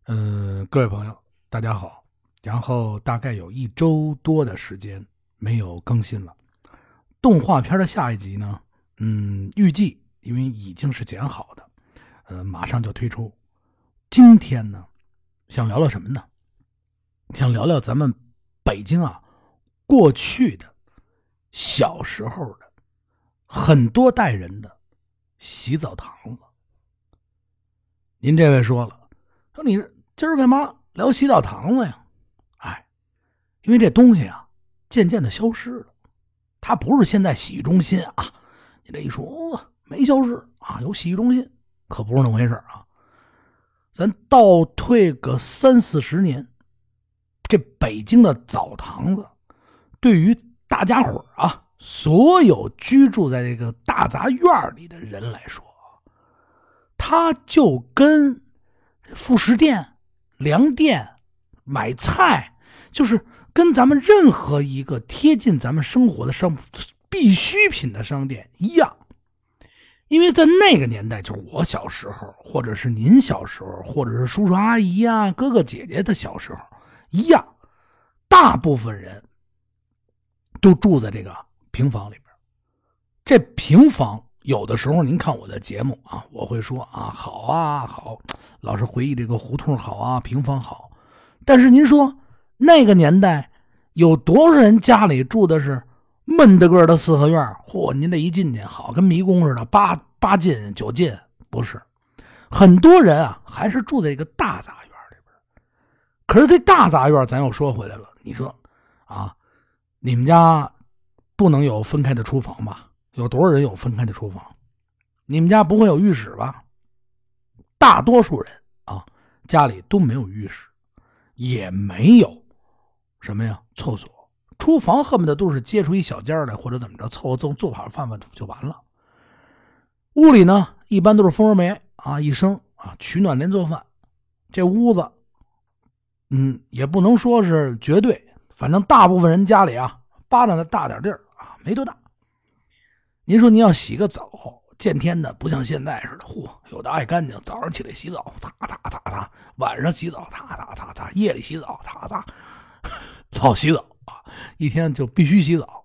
各位朋友，大家好。然后大概有1周多的时间没有更新了。动画片的下一集呢，预计因为已经是剪好的，马上就推出。今天呢，想聊聊什么呢？想聊聊咱们北京过去的小时候的很多代人的洗澡堂子。您这位说了，说你今儿干嘛聊洗澡堂子呀？因为这东西渐渐的消失了。它不是现在洗浴中心你这一说没消失有洗浴中心，可不是那么回事咱倒退个30-40年，这北京的澡堂子对于大家伙所有居住在这个大杂院里的人来说，它就跟副食店、粮店、买菜，就是跟咱们任何一个贴近咱们生活的必需品的商店一样。因为在那个年代，就是我小时候，或者是您小时候，或者是叔叔阿姨哥哥姐姐的小时候一样，大部分人都住在这个平房里边。这平房有的时候您看我的节目我会说好，老是回忆这个胡同好平房好。但是您说那个年代有多少人家里住的是闷得个的四合院？您这一进去好跟迷宫似的，八进9进，不是。很多人还是住在一个大杂院里边。可是这大杂院咱又说回来了，你说你们家不能有分开的厨房吧？有多少人有分开的厨房？你们家不会有浴室吧？大多数人家里都没有浴室，也没有什么呀厕所。厨房恨不得都是接出一小间来，或者怎么着凑合做好饭就完了。屋里呢一般都是蜂窝煤一升取暖连做饭。这屋子也不能说是绝对，反正大部分人家里巴掌的大点地儿没多大。您说您要洗个澡，见天的不像现在似的，有的爱干净，早上起来洗澡擦，晚上洗澡擦，夜里洗澡擦，老洗澡一天就必须洗澡。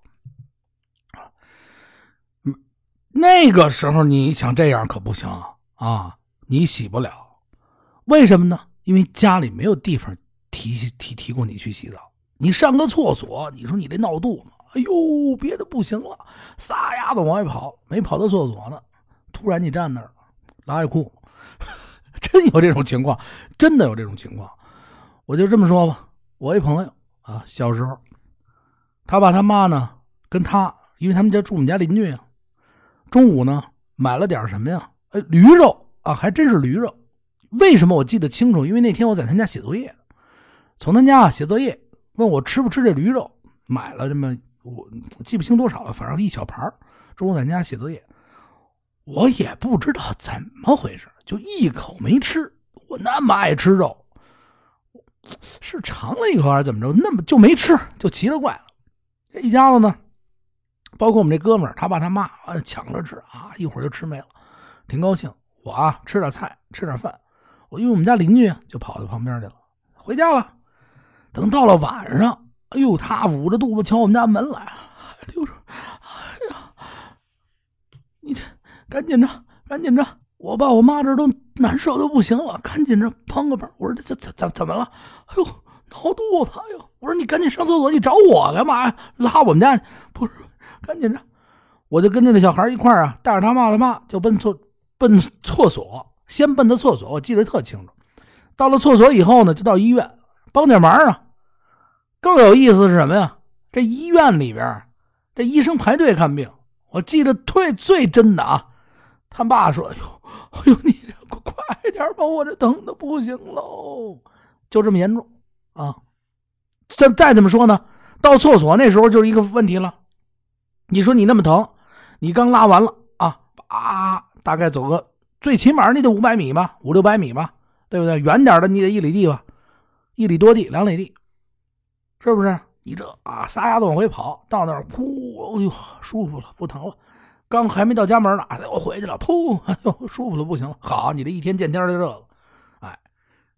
那个时候你想这样可不行你洗不了。为什么呢？因为家里没有地方提供你去洗澡。你上个厕所，你说你这闹肚子，哎呦别的不行了，撒丫子往外跑，没跑到厕所呢，突然你站那儿拉一裤真有这种情况，真的有这种情况。我就这么说吧，我一朋友小时候他爸他妈呢跟他，因为他们家住我们家邻居中午呢买了点什么呀驴肉还真是驴肉。为什么我记得清楚？因为那天我在他家写作业，从他家写作业，问我吃不吃这驴肉，买了这么我记不清多少了，反正一小盘。中午在家写作业，我也不知道怎么回事，就一口没吃。我那么爱吃肉，是尝了一口还是怎么着，那么就没吃，就奇了怪了。这一家子呢，包括我们这哥们儿他爸他妈抢着吃一会儿就吃没了，挺高兴。我吃点菜吃点饭，因为我们家邻居就跑到旁边去了，回家了。等到了晚上，哎呦，他捂着肚子敲我们家门来了，就说：“哎呀，你这赶紧着，我爸我妈这都难受的不行了，赶紧着碰个盆。”我说：“这怎么了？”哎呦，闹肚子！哎呦，我说：“你赶紧上厕所，你找我干嘛呀？拉我们家不是？赶紧着！”我就跟着那小孩一块带着他妈就奔厕所，先奔的厕所，我记得特清楚。到了厕所以后呢，就到医院帮点忙更有意思是什么呀？这医院里边，这医生排队看病，我记得最真的他爸说：“哎呦，你快点吧，我这疼的不行喽。”就这么严重再怎么说呢？到厕所那时候就是一个问题了。你说你那么疼，你刚拉完了大概走个最起码你得500米吧，500-600米吧，对不对？远点的你得1里地吧，1里多地2里地，是不是？你这撒丫子往回跑，到那儿噗，哎呦舒服了，不疼了。刚还没到家门呢，我回去了，噗，哎呦舒服了不行了。好，你这一天见天的这个，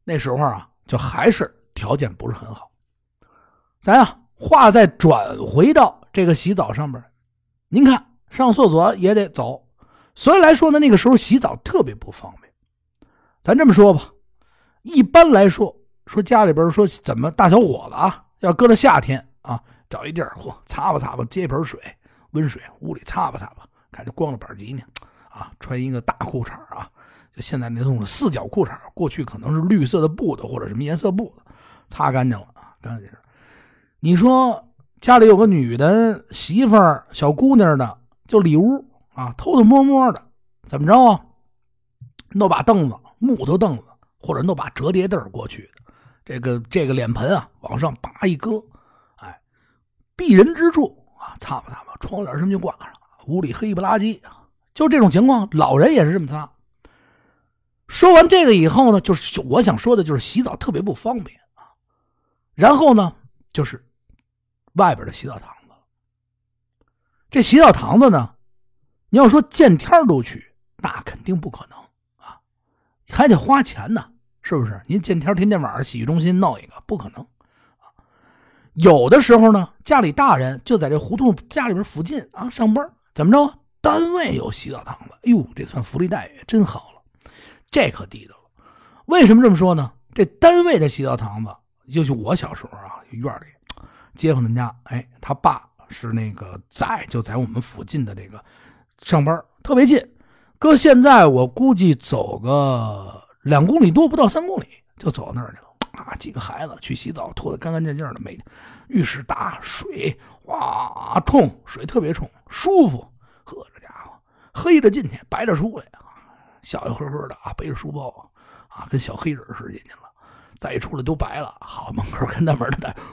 那时候啊，就还是条件不是很好。咱啊，话再转回到这个洗澡上面，您看上厕所也得走，所以来说呢，那个时候洗澡特别不方便。咱这么说吧，一般来说家里边说怎么大小伙子啊，要搁到夏天啊，找一地儿擦吧擦吧，接一盆水，温水，屋里擦吧擦吧，看着光了板筋呢啊，穿一个大裤衩啊，就现在那种四角裤衩，过去可能是绿色的布的或者什么颜色布的，擦干净了啊，干净。你说家里有个女的媳妇儿小姑娘的，就里屋啊，偷偷摸摸的，怎么着啊？弄把凳子，木头凳子，或者弄把折叠凳过去的，这个脸盆啊，往上拔一搁，哎，避人之处啊，擦吧擦吧，窗帘什么就挂上，屋里黑不拉几啊，就这种情况，老人也是这么擦。说完这个以后呢，就是我想说的就是洗澡特别不方便啊。然后呢，就是外边的洗澡堂子。这洗澡堂子呢，你要说见天都去，那肯定不可能啊，还得花钱呢，是不是？您见天天天晚上洗浴中心弄一个，不可能啊。有的时候呢，家里大人就在这胡同家里边附近啊上班，怎么着？单位有洗澡堂子，哎呦，这算福利待遇，真好了，这可地道了。为什么这么说呢？这单位的洗澡堂子，就是我小时候啊，院里街坊人家，哎，他爸是那个就在我们附近的这个上班，特别近。搁现在我估计走个2公里多，不到3公里就走到那儿去了啊！几个孩子去洗澡，脱得干干净净的，每浴室大，水哇冲，水特别冲，舒服。呵，这家伙黑着进去，白着出来啊，笑笑呵呵的啊，背着书包啊，跟小黑人似的进去了。再一出来都白了，好，门口跟那门的带，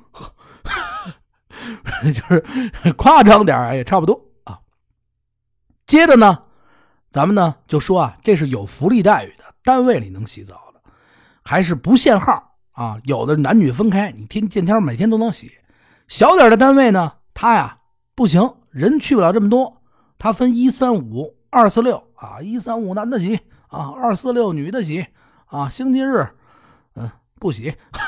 哟，就是夸张点也差不多啊。接着呢，咱们呢就说啊，这是有福利待遇的，单位里能洗澡的，还是不限号啊，有的男女分开，你见天每天都能洗。小点的单位呢，他呀不行，人去不了这么多，他分135、246啊，135男的洗啊，246女的洗啊，星期日不洗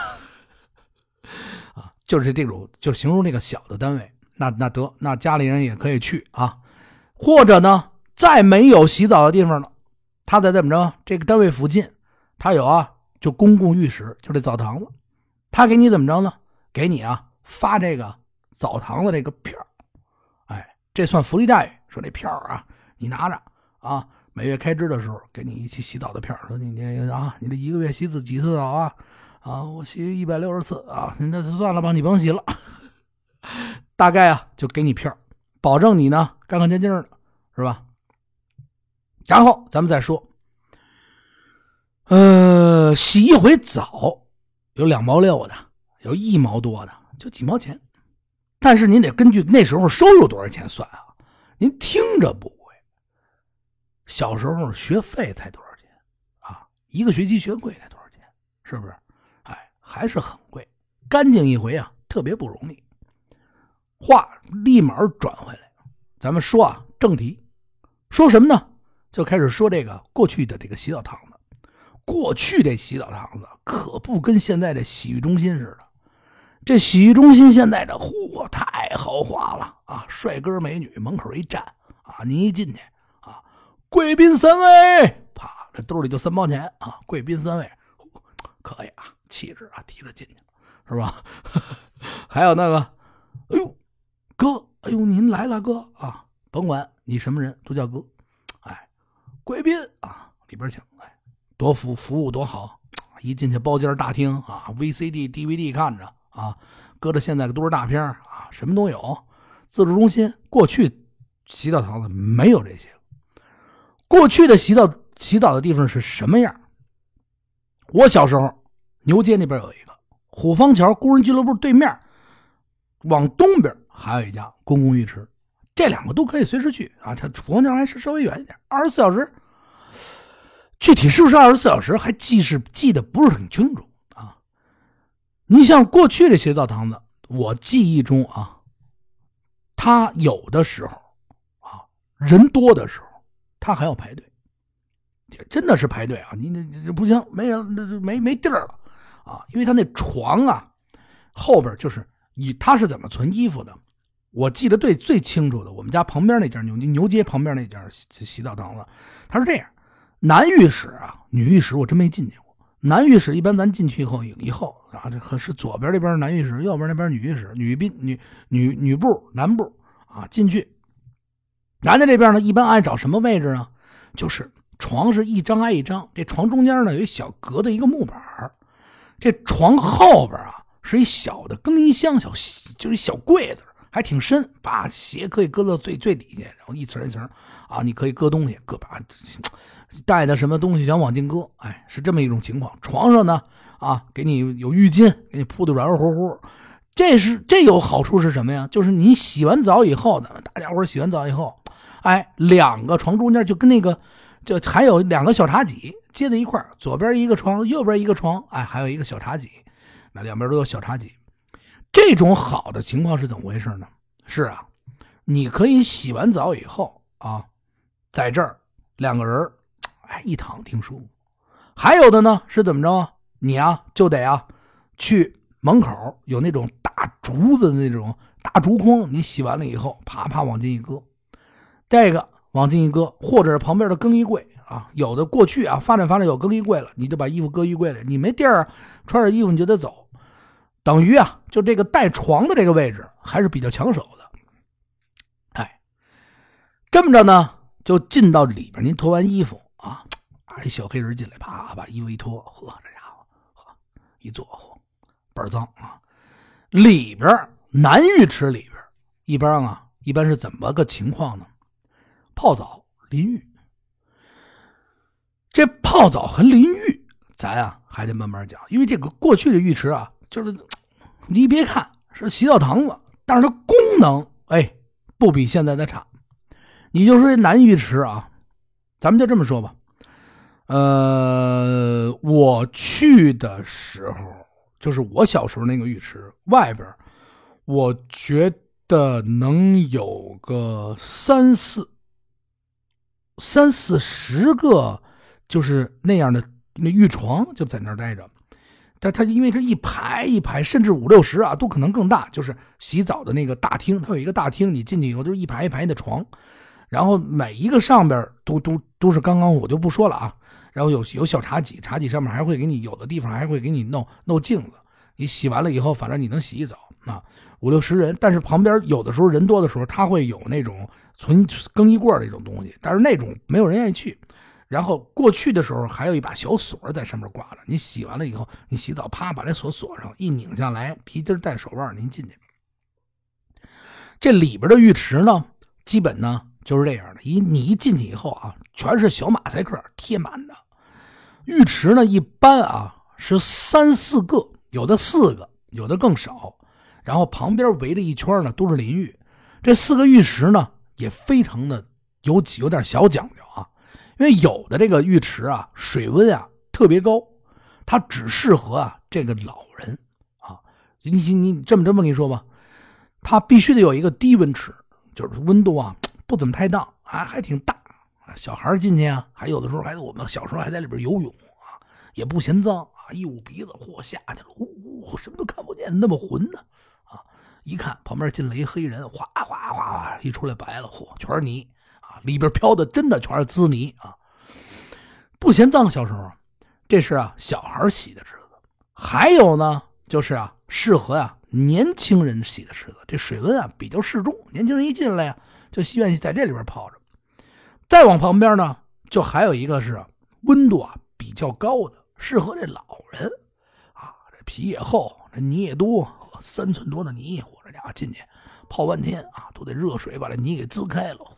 啊，就是这种，就形容那个小的单位。那家里人也可以去啊，或者呢，再没有洗澡的地方了，他再怎么着，这个单位附近他有啊，就公共浴室，就这澡堂子，他给你怎么着呢？给你啊发这个澡堂子这个票，哎，这算福利待遇。说这票啊，你拿着啊，每月开支的时候给你一起洗澡的票，说你这一个月洗几次澡啊？啊，我洗160次啊，那算了吧，你甭洗了。大概啊，就给你票，保证你呢干干净净的，是吧？然后咱们再说，洗一回澡有2毛6的，有1毛多的，就几毛钱。但是您得根据那时候收入多少钱算啊。您听着不贵，小时候学费才多少钱啊？一个学期学费才多少钱？是不是？哎，还是很贵。干净一回啊，特别不容易。话立马转回来，咱们说啊，正题，说什么呢？就开始说这个过去的这个洗澡堂子。过去这洗澡堂子可不跟现在这洗浴中心似的。这洗浴中心现在的太豪华了啊！帅哥美女门口一站啊，您一进去啊，贵宾3位，啪，这兜里就3毛钱啊，贵宾3位，可以啊，气质啊，提着进去是吧？还有那个，哎呦，哥，哎呦，您来了哥啊，甭管你什么人都叫哥，哎，贵宾啊，里边请，哎，多服务多好，一进去包间大厅啊 ，VCD、DVD 看着。啊，搁着现在都是大片啊，什么都有。自助中心过去洗澡堂子没有这些。过去的洗澡的地方是什么样？我小时候牛街那边有一个，虎坊桥工人俱乐部对面往东边还有一家公共浴池，这2个都可以随时去啊。它虎坊桥还是稍微远一点，24小时。具体是不是24小时还记得不是很清楚。你像过去的洗澡堂子，我记忆中啊，他有的时候啊，人多的时候，他还要排队。 真的是排队啊！你这不行，没地儿了啊！因为他那床啊后边就是他是怎么存衣服的？我记得最清楚的，我们家旁边那家牛街旁边那家洗澡堂子，他是这样：男浴室啊，女浴室我真没进去过。男浴室一般咱进去以后啊，这是左边这边男浴室，右边那边女浴室，女部男部啊进去。男的这边呢，一般爱找什么位置呢？就是床是一张挨一张，这床中间呢有一小隔的一个木板，这床后边啊是一小的更衣箱，就是一小柜子，还挺深，把鞋可以搁到最底下，然后一层一层啊，你可以搁东西，把带的什么东西想往进搁，哎，是这么一种情况。床上呢啊，给你有浴巾，给你铺的软软乎乎。这有好处是什么呀？就是你洗完澡以后呢，大家伙洗完澡以后，哎，两个床中间就跟就还有两个小茶几接在一块儿，左边一个床，右边一个床，哎，还有一个小茶几，那两边都有小茶几。这种好的情况是怎么回事呢？是啊，你可以洗完澡以后啊，在这儿两个人哎一躺挺舒服。还有的呢是怎么着啊？你啊就得啊去门口有那种大竹子的那种大竹筐，你洗完了以后啪啪往进一搁，这个往进一搁，或者是旁边的更衣柜啊，有的过去啊发展有更衣柜了，你就把衣服搁衣柜里，你没地儿穿着衣服你就得走，等于啊就这个带床的这个位置还是比较抢手的。哎，这么着呢就进到里边，您脱完衣服啊，一小黑人进来，啪把衣服一脱，呵，这家伙呵一坐，呵倍儿脏啊。里边男浴池里边一般是怎么个情况呢？泡澡淋浴。这泡澡和淋浴咱啊还得慢慢讲，因为这个过去的浴池啊，就是你别看是洗澡堂子，但是它功能哎不比现在的差。你就说这男浴池啊，咱们就这么说吧，我去的时候，就是我小时候那个浴池外边，我觉得能有个三四十个，就是那样的那浴床就在那儿待着。但它因为这一排一排，甚至5、60啊，都可能更大。就是洗澡的那个大厅，它有一个大厅，你进去以后就是一排一排的床，然后每一个上边都是刚刚我就不说了啊。然后有小茶几，茶几上面还会给你有的地方还会给你弄镜子，你洗完了以后，反正你能洗一澡啊，5、60人。但是旁边有的时候人多的时候，他会有那种存更衣柜的那种东西，但是那种没有人愿意去。然后过去的时候还有一把小锁在上面挂着，你洗完了以后，你洗澡啪把这锁锁上，一拧下来，皮筋带手腕，您进去。这里边的浴池呢，基本呢就是这样的，你一进去以后啊，全是小马赛克贴满的。浴池呢一般啊是3、4个，有的4个，有的更少。然后旁边围着一圈呢都是淋浴。这4个浴池呢也非常的有点小讲究啊。因为有的这个浴池啊，水温啊特别高，它只适合啊这个老人啊。你这么跟你说吧，它必须得有一个低温池，就是温度啊不怎么太大，还挺大。小孩进去啊，还有的时候我们小时候还在里边游泳啊，也不嫌脏啊，一捂鼻子，嚯下去了，什么都看不见，那么浑呢啊！一看旁边进来一黑人，哗哗哗一出来白了，嚯全是泥。里边飘的真的全是滋泥啊，不嫌脏。小时候这是啊小孩洗的池子。还有呢就是啊适合啊年轻人洗的池子，这水温啊比较适中，年轻人一进来呀就愿意在这里边泡着。再往旁边呢就还有一个是温度啊比较高的，适合这老人啊，这皮也厚，这泥也多，3寸多的泥，我这家伙进去泡半天啊，都得热水把这泥给滋开了，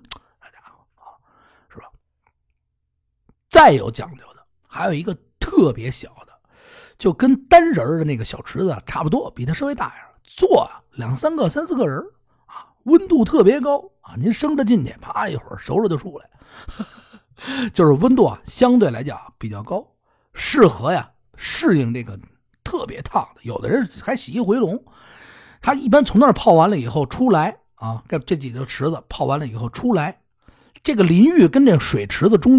是吧？再有讲究的还有一个特别小的，就跟单人的那个小池子差不多，比它稍微大一点，坐2、3个、3、4个人啊，温度特别高啊，您生着进去，啪一会儿熟了就出来，就是温度啊相对来讲比较高，适合呀适应这个特别烫的。有的人还洗一回笼，他一般从那儿泡完了以后出来啊，这几个池子泡完了以后出来，这个淋浴跟这水池子中间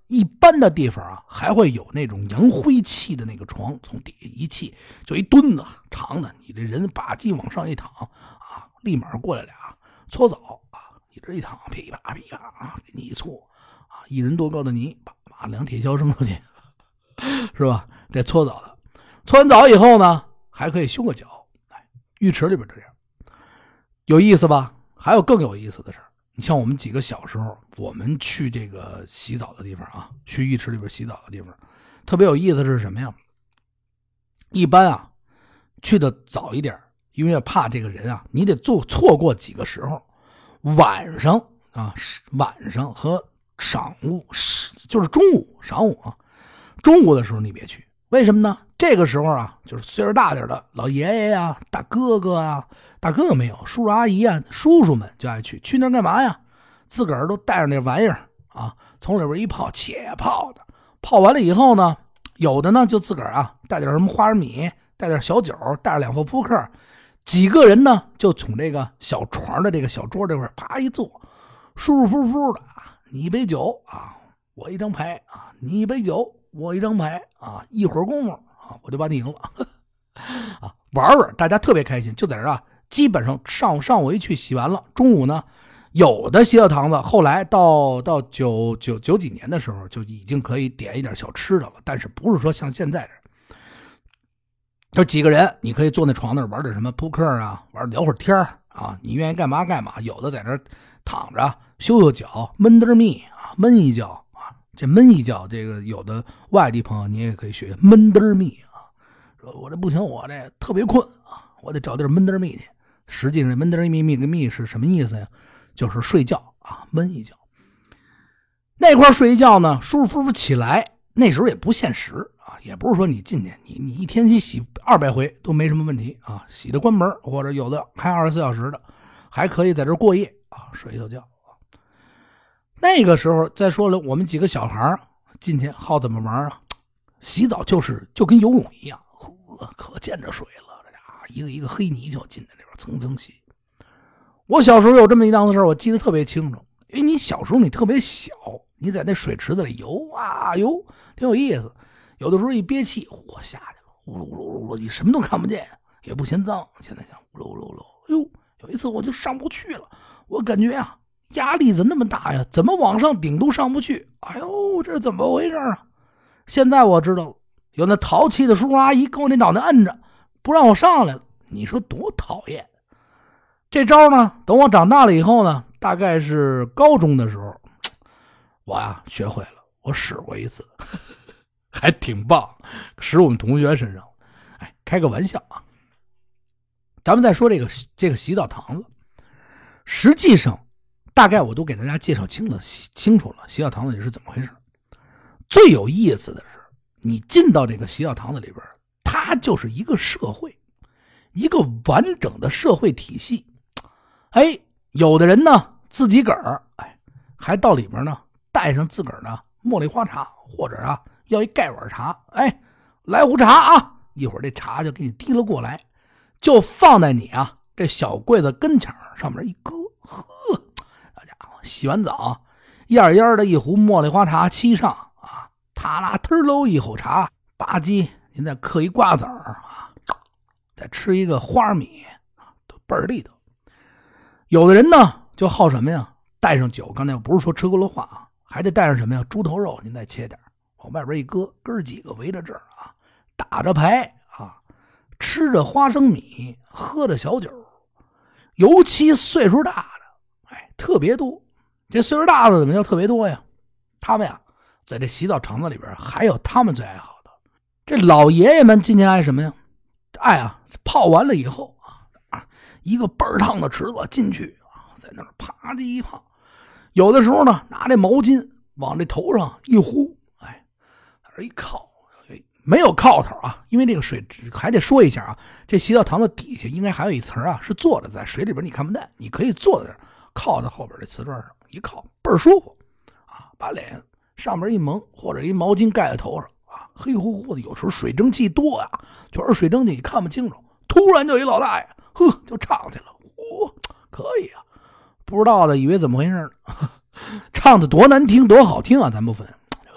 一般的地方啊，还会有那种扬灰器的那个床，从底下一气，就一墩子长的，你这人吧唧往上一躺啊，立马过来俩搓澡啊，你这一躺，噼啪噼啪啊，给你一搓啊，1人多高的泥，把2铁锹扔出去，是吧？这搓澡的，搓完澡以后呢，还可以修个脚，浴池里边这样，有意思吧？还有更有意思的事，你像我们几个小时候，我们去这个洗澡的地方啊，去浴池里边洗澡的地方，特别有意思的是什么呀？一般啊，去的早一点，因为怕这个人啊，你得错过几个时候。晚上啊，晚上和晌午，就是中午、晌午啊，中午的时候你别去，为什么呢？这个时候啊，就是岁数大点的老爷爷呀、大哥哥啊，大哥哥没有，叔叔阿姨啊、叔叔们就爱去那干嘛呀？自个儿都带着那玩意儿啊，从里边一泡，且泡的，泡完了以后呢，有的呢就自个儿啊带点什么花生米，带点小酒，带着2副扑克，几个人呢就从这个小床的这个小桌这块啪一坐，舒舒服服的，你一杯酒啊，我一张牌啊，你一杯酒，我一张牌啊，一会儿功夫啊，我就把你赢了啊，玩玩，大家特别开心，就在这啊，基本上上午一去洗完了，中午呢。有的洗澡堂子后来到九几年的时候就已经可以点一点小吃的了，但是不是说像现在这就几个人你可以坐那床那玩点什么扑克啊，聊会儿天啊，你愿意干嘛干嘛，有的在那躺着修脚，闷得密啊，闷一觉啊，这闷一觉，这个有的外地朋友你也可以学闷得密啊，说我这不行，我这特别困啊，我得找地儿闷得密去。实际上闷得密是什么意思呀？就是睡觉啊，闷一觉。那块睡一觉呢，舒舒服服起来，那时候也不限时啊，也不是说你进去，你一天洗200回都没什么问题啊，洗的关门，或者有的开24小时的，还可以在这过夜啊，睡一觉。那个时候再说了，我们几个小孩进去好怎么玩啊？洗澡就跟游泳一样，可见着水了，一个一个黑泥鳅进在里边蹭蹭洗。我小时候有这么一档子事我记得特别清楚，因为你小时候你特别小，你在那水池子里游啊游，挺有意思。有的时候一憋气，下去了，呜噜噜噜，你什么都看不见，也不嫌脏。现在想，呜噜噜噜，哎呦，有一次我就上不去了，我感觉啊，压力怎么那么大呀？怎么往上顶都上不去？哎呦，这怎么回事啊？现在我知道了，有那淘气的叔叔阿姨跟我那脑袋摁着，不让我上来了。你说多讨厌！这招呢，等我长大了以后呢，大概是高中的时候，我呀学会了，我使过一次，还挺棒，使我们同学身上。哎，开个玩笑啊。咱们再说这个洗澡堂子，实际上大概我都给大家介绍清楚了，洗澡堂子里是怎么回事。最有意思的是，你进到这个洗澡堂子里边，它就是一个社会，一个完整的社会体系。哎，有的人呢自己个儿，还到里边呢带上自个儿的茉莉花茶，或者啊要一盖碗茶，来壶茶啊，一会儿这茶就给你提了过来，就放在你啊这小柜子跟前上面一搁，大家伙洗完澡，燕燕的一壶茉莉花茶沏上啊，塔拉特喽一口茶，吧唧，您再嗑一瓜子啊，再吃一个花米啊，都倍儿地道。有的人呢就好什么呀？带上酒，刚才我不是说吃过了话啊，还得带上什么呀？猪头肉，您再切点，往外边一搁，哥几个围着这儿啊，打着牌啊，吃着花生米，喝着小酒。尤其岁数大的，特别多。这岁数大的怎么叫特别多呀？他们呀，在这洗澡场子里边，还有他们最爱好的。这老爷爷们今天爱什么呀？爱啊，泡完了以后啊，一个倍儿烫的池子进去啊，在那儿啪叽一泡。有的时候呢，拿这毛巾往这头上一呼，在这一靠，没有靠头啊，因为这个水还得说一下啊，这洗澡堂子底下应该还有一层啊，是坐着在水里边你看不见，你可以坐在那儿，靠在后边这瓷砖上一靠，倍儿舒服啊，把脸上面一蒙或者一毛巾盖在头上啊，黑乎乎的，有时候水蒸气多啊，全是水蒸气，你看不清楚。突然就一老大爷，就唱去了，可以啊！不知道的以为怎么回事呢，唱的多难听多好听啊，咱不分，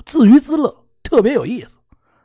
自娱自乐，特别有意思。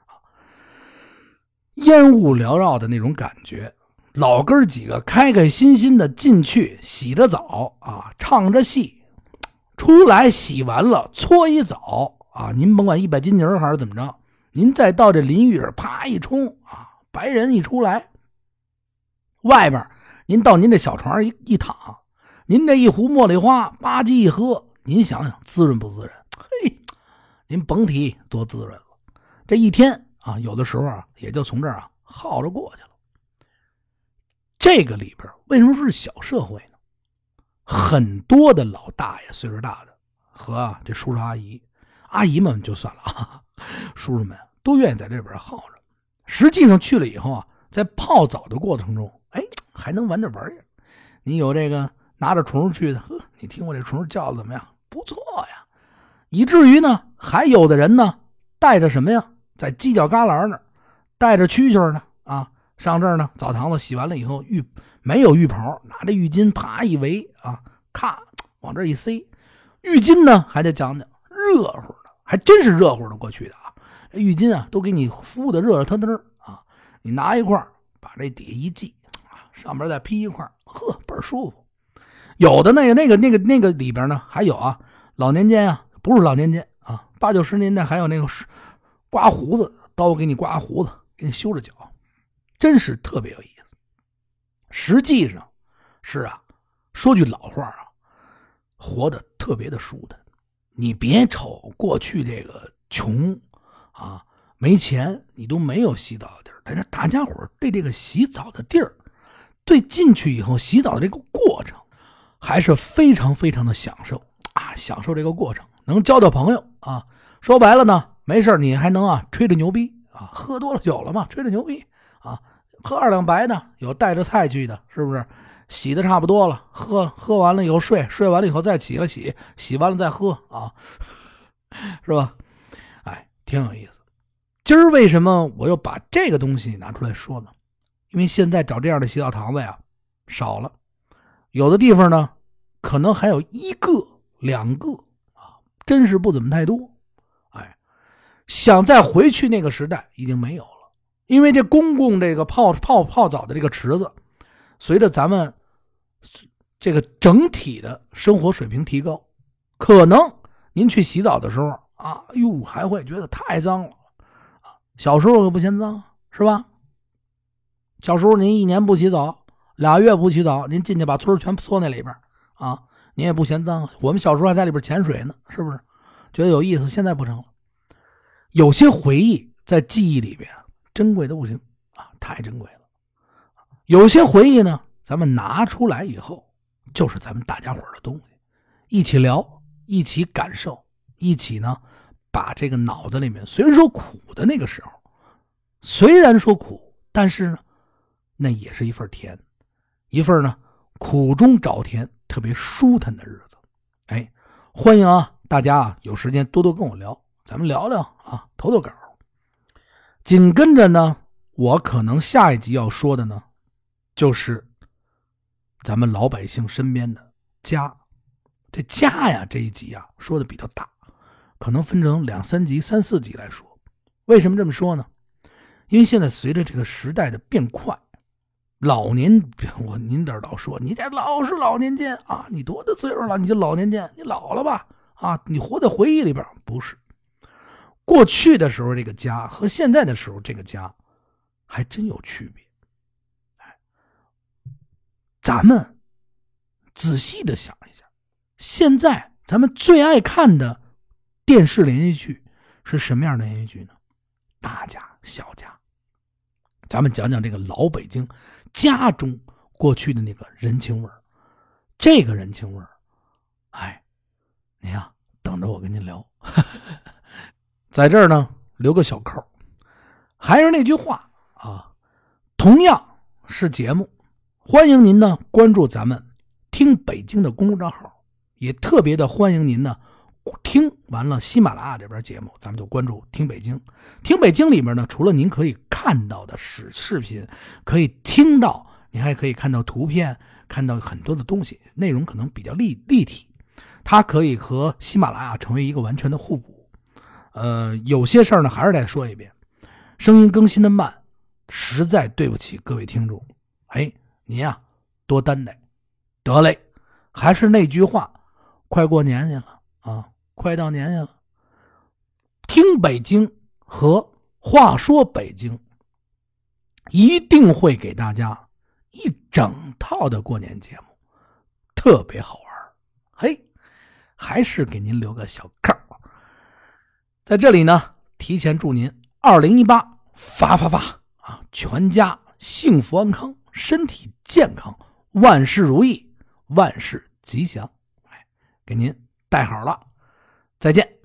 烟雾缭绕的那种感觉，老哥几个开开心心的进去洗着澡啊，唱着戏，出来洗完了搓一澡啊，您甭管100斤泥还是怎么着，您再到这淋浴啪一冲啊，白人一出来，外边您到您这小床上一躺，您这一壶茉莉花吧唧一喝，您想想滋润不滋润？嘿，您甭提多滋润了。这一天啊，有的时候啊，也就从这儿啊耗着过去了。这个里边为什么说是小社会呢？很多的老大爷岁数大的和这叔叔阿姨们就算了啊，叔叔们都愿意在这边耗着。实际上去了以后啊，在泡澡的过程中，还能玩点玩意儿。你有这个拿着虫去的，呵，你听我这虫叫的怎么样？不错呀。以至于呢，还有的人呢，带着什么呀，在犄角旮旯那儿带着蛐蛐呢啊，上这儿呢，澡堂子洗完了以后，没有浴袍，拿着浴巾啪一围啊，咔往这一塞。浴巾呢还得讲讲热乎的，还真是热乎的过去的啊。这浴巾啊都给你敷的热热腾腾啊，你拿一块把这底下一系啊，上边再披一块，呵，倍儿舒服。有的那个里边呢还有啊，老年间啊，不是老年间啊，80、90年代还有那个刮胡子刀，给你刮胡子，给你修着脚，真是特别有意思。实际上是啊，说句老话啊，活得特别的舒坦。你别瞅过去这个穷啊，没钱，你都没有洗澡的地儿，但是大家伙对这个洗澡的地儿，对进去以后洗澡的这个过程，还是非常非常的享受啊，享受这个过程，能交到朋友啊。说白了呢，没事你还能啊吹着牛逼啊，喝多了酒了嘛，吹着牛逼啊，喝2两白的，有带着菜去的，是不是？洗的差不多了，喝完了以后睡完了以后再起来洗完了再喝啊，是吧？挺有意思。今儿为什么我又把这个东西拿出来说呢？因为现在找这样的洗澡堂子呀少了，有的地方呢可能还有1个2个啊，真是不怎么太多。想再回去那个时代已经没有了，因为这公共这个泡澡的这个池子，随着咱们这个整体的生活水平提高，可能您去洗澡的时候啊，还会觉得太脏了啊。小时候可不嫌脏，是吧？小时候您1年不洗澡，2月不洗澡，您进去把村全缩那里边啊，您也不嫌脏。我们小时候还在里边潜水呢，是不是？觉得有意思。现在不成了。有些回忆在记忆里边珍贵的不行啊，太珍贵了。有些回忆呢，咱们拿出来以后，就是咱们大家伙的东西，一起聊，一起感受，一起呢，把这个脑子里面虽然说苦的那个时候，虽然说苦，但是呢，那也是一份甜，一份呢苦中找甜，特别舒坦的日子。欢迎啊，大家啊有时间多多跟我聊。咱们聊聊啊，投稿。紧跟着呢，我可能下一集要说的呢，就是咱们老百姓身边的家。这家呀，这一集啊说的比较大，可能分成2、3集、3、4集来说。为什么这么说呢？因为现在随着这个时代的变快，您这老说你这老是老年间啊，你多大岁数了你就老年间，你老了吧啊，你活在回忆里边，不是。过去的时候这个家和现在的时候这个家还真有区别。咱们仔细的想一下，现在咱们最爱看的电视连续剧是什么样的连续剧呢？大家小家。咱们讲讲这个老北京家中过去的那个人情味儿。这个人情味儿，您啊等着我跟您聊。在这儿呢留个小扣，还是那句话啊，同样是节目，欢迎您呢关注咱们听北京的公众账号，也特别的欢迎您呢听完了喜马拉雅这边节目，咱们就关注听北京。听北京里面呢，除了您可以看到的视频，可以听到，您还可以看到图片，看到很多的东西，内容可能比较立体，它可以和喜马拉雅成为一个完全的互补。 有些事儿呢还是得说一遍，声音更新的慢，实在对不起各位听众。您呀多担待。得嘞，还是那句话，快过年去了啊，快到年去了。听北京和话说北京一定会给大家一整套的过年节目，特别好玩。还是给您留个小扣。在这里呢，提前祝您2018发啊，全家幸福安康，身体健康，万事如意，万事吉祥。给您带好了，再见。